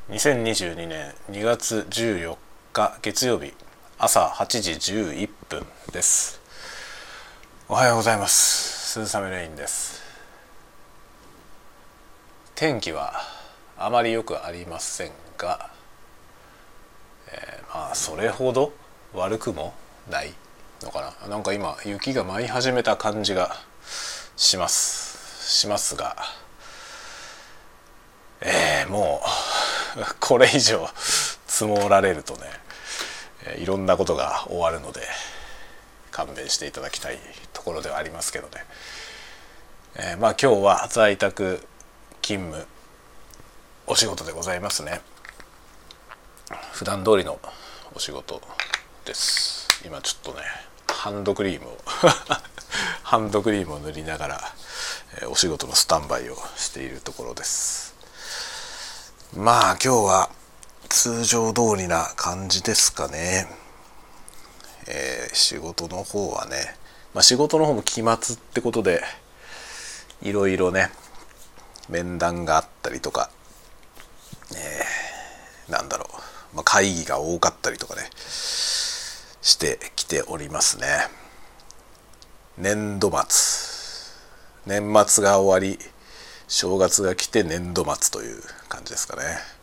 2022年2月14日月曜日朝8時11分です。おはようございます。鈴雨レインです。天気はあまり良くありませんが、それほど悪くもないのかな。なんか今雪が舞い始めた感じがしますが、もうこれ以上積もられるとね、いろんなことが終わるので勘弁していただきたいところではありますけどね。今日は在宅勤務お仕事でございますね。普段通りのお仕事です。今ちょっとねハンドクリームを塗りながら、お仕事のスタンバイをしているところです。今日は通常通りな感じですかね。仕事の方はね、仕事の方も期末ってことでいろいろね面談があったりとか、会議が多かったりとかねしてきておりますね。年末が終わり正月が来て年度末という感じですかね。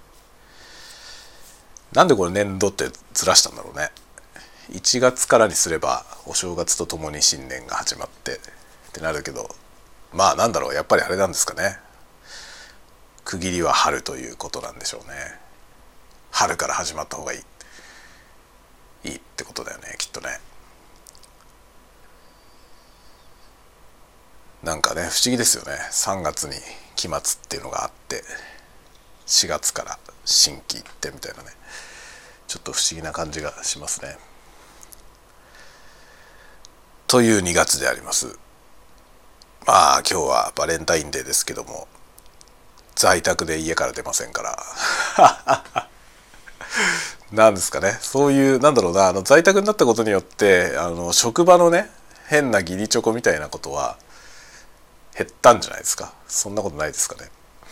なんでこれ年度ってずらしたんだろうね。1月からにすればお正月とともに新年が始まってなるけど、やっぱりあれなんですかね。区切りは春ということなんでしょうね。春から始まった方がいいってことだよね、きっとね。なんかね不思議ですよね。3月に期末っていうのがあって4月から新規行ってみたいなね、ちょっと不思議な感じがしますね。という2月であります。今日はバレンタインデーですけども在宅で家から出ませんからなんですかね、そういう在宅になったことによって職場のね変な義理チョコみたいなことは減ったんじゃないですか。そんなことないですかね。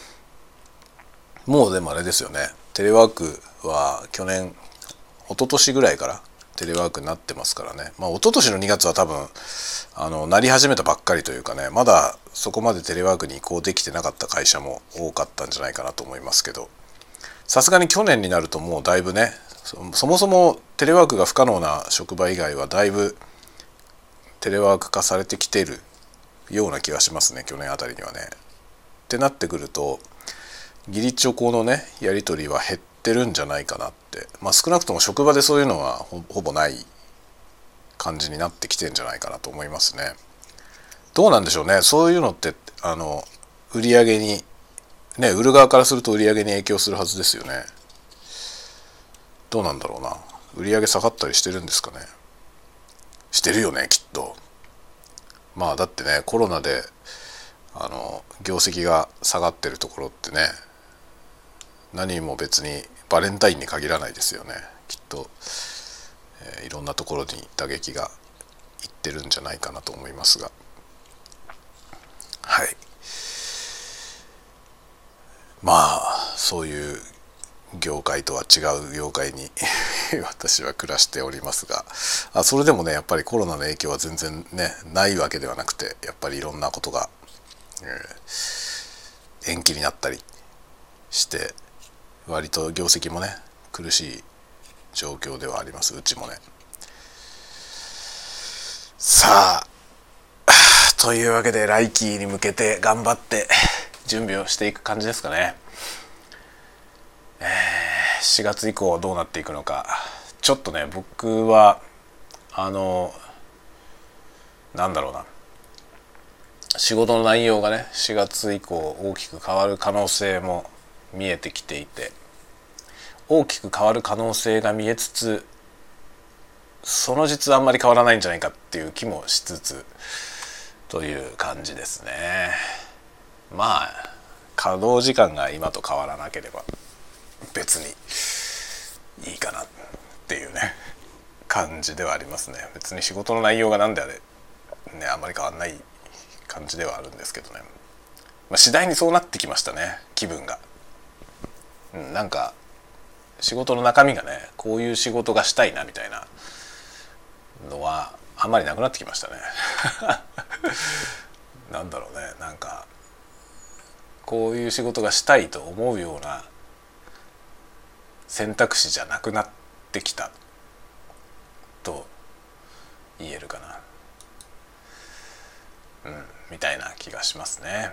もうでもあれですよね、テレワークは一昨年ぐらいからテレワークになってますからね。一昨年の2月は多分なり始めたばっかりというかね、まだそこまでテレワークに移行できてなかった会社も多かったんじゃないかなと思いますけど、さすがに去年になるともうだいぶね、そもそもテレワークが不可能な職場以外はだいぶテレワーク化されてきているような気がしますね、去年あたりにはね。ってなってくると義理チョコのねやり取りは減ってるんじゃないかなって、少なくとも職場でそういうのはほぼない感じになってきてんじゃないかなと思いますね。どうなんでしょうね、そういうのって売り上げにね、売る側からすると売り上げに影響するはずですよね。どうなんだろうな、売り上げ下がったりしてるんですかね。してるよねきっと。だってねコロナで業績が下がってるところってね、何も別にバレンタインに限らないですよね。きっと、いろんなところに打撃がいってるんじゃないかなと思いますが、はい。そういう業界とは違う業界に私は暮らしておりますが、それでもねやっぱりコロナの影響は全然ねないわけではなくて、やっぱりいろんなことが、延期になったりして割と業績もね苦しい状況ではあります。うちもね。さあというわけで来期に向けて頑張って準備をしていく感じですかね。4月以降どうなっていくのか、ちょっとね僕は仕事の内容がね4月以降大きく変わる可能性も見えてきていて、大きく変わる可能性が見えつつその実はあんまり変わらないんじゃないかっていう気もしつつという感じですね。稼働時間が今と変わらなければ別にいいかなっていうね感じではありますね。別に仕事の内容がなんであれねあんまり変わらない感じではあるんですけどね。次第にそうなってきましたね、気分が。なんか仕事の中身がねこういう仕事がしたいなみたいなのはあんまりなくなってきましたねなんだろうね、なんかこういう仕事がしたいと思うような選択肢じゃなくなってきたと言えるかな、みたいな気がしますね。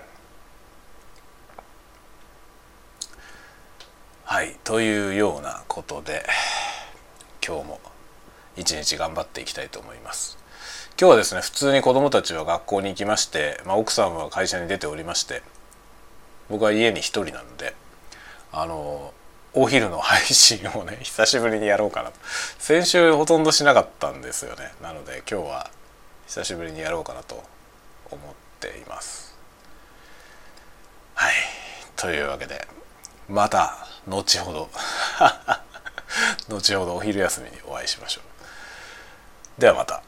はい、というようなことで今日も一日頑張っていきたいと思います。今日はですね普通に子どもたちは学校に行きまして、奥さんは会社に出ておりまして、僕は家に一人なのでお昼の配信をね久しぶりにやろうかなと。先週ほとんどしなかったんですよね。なので今日は久しぶりにやろうかなと思っています。はい、というわけでまた後ほど後ほどお昼休みにお会いしましょう。ではまた。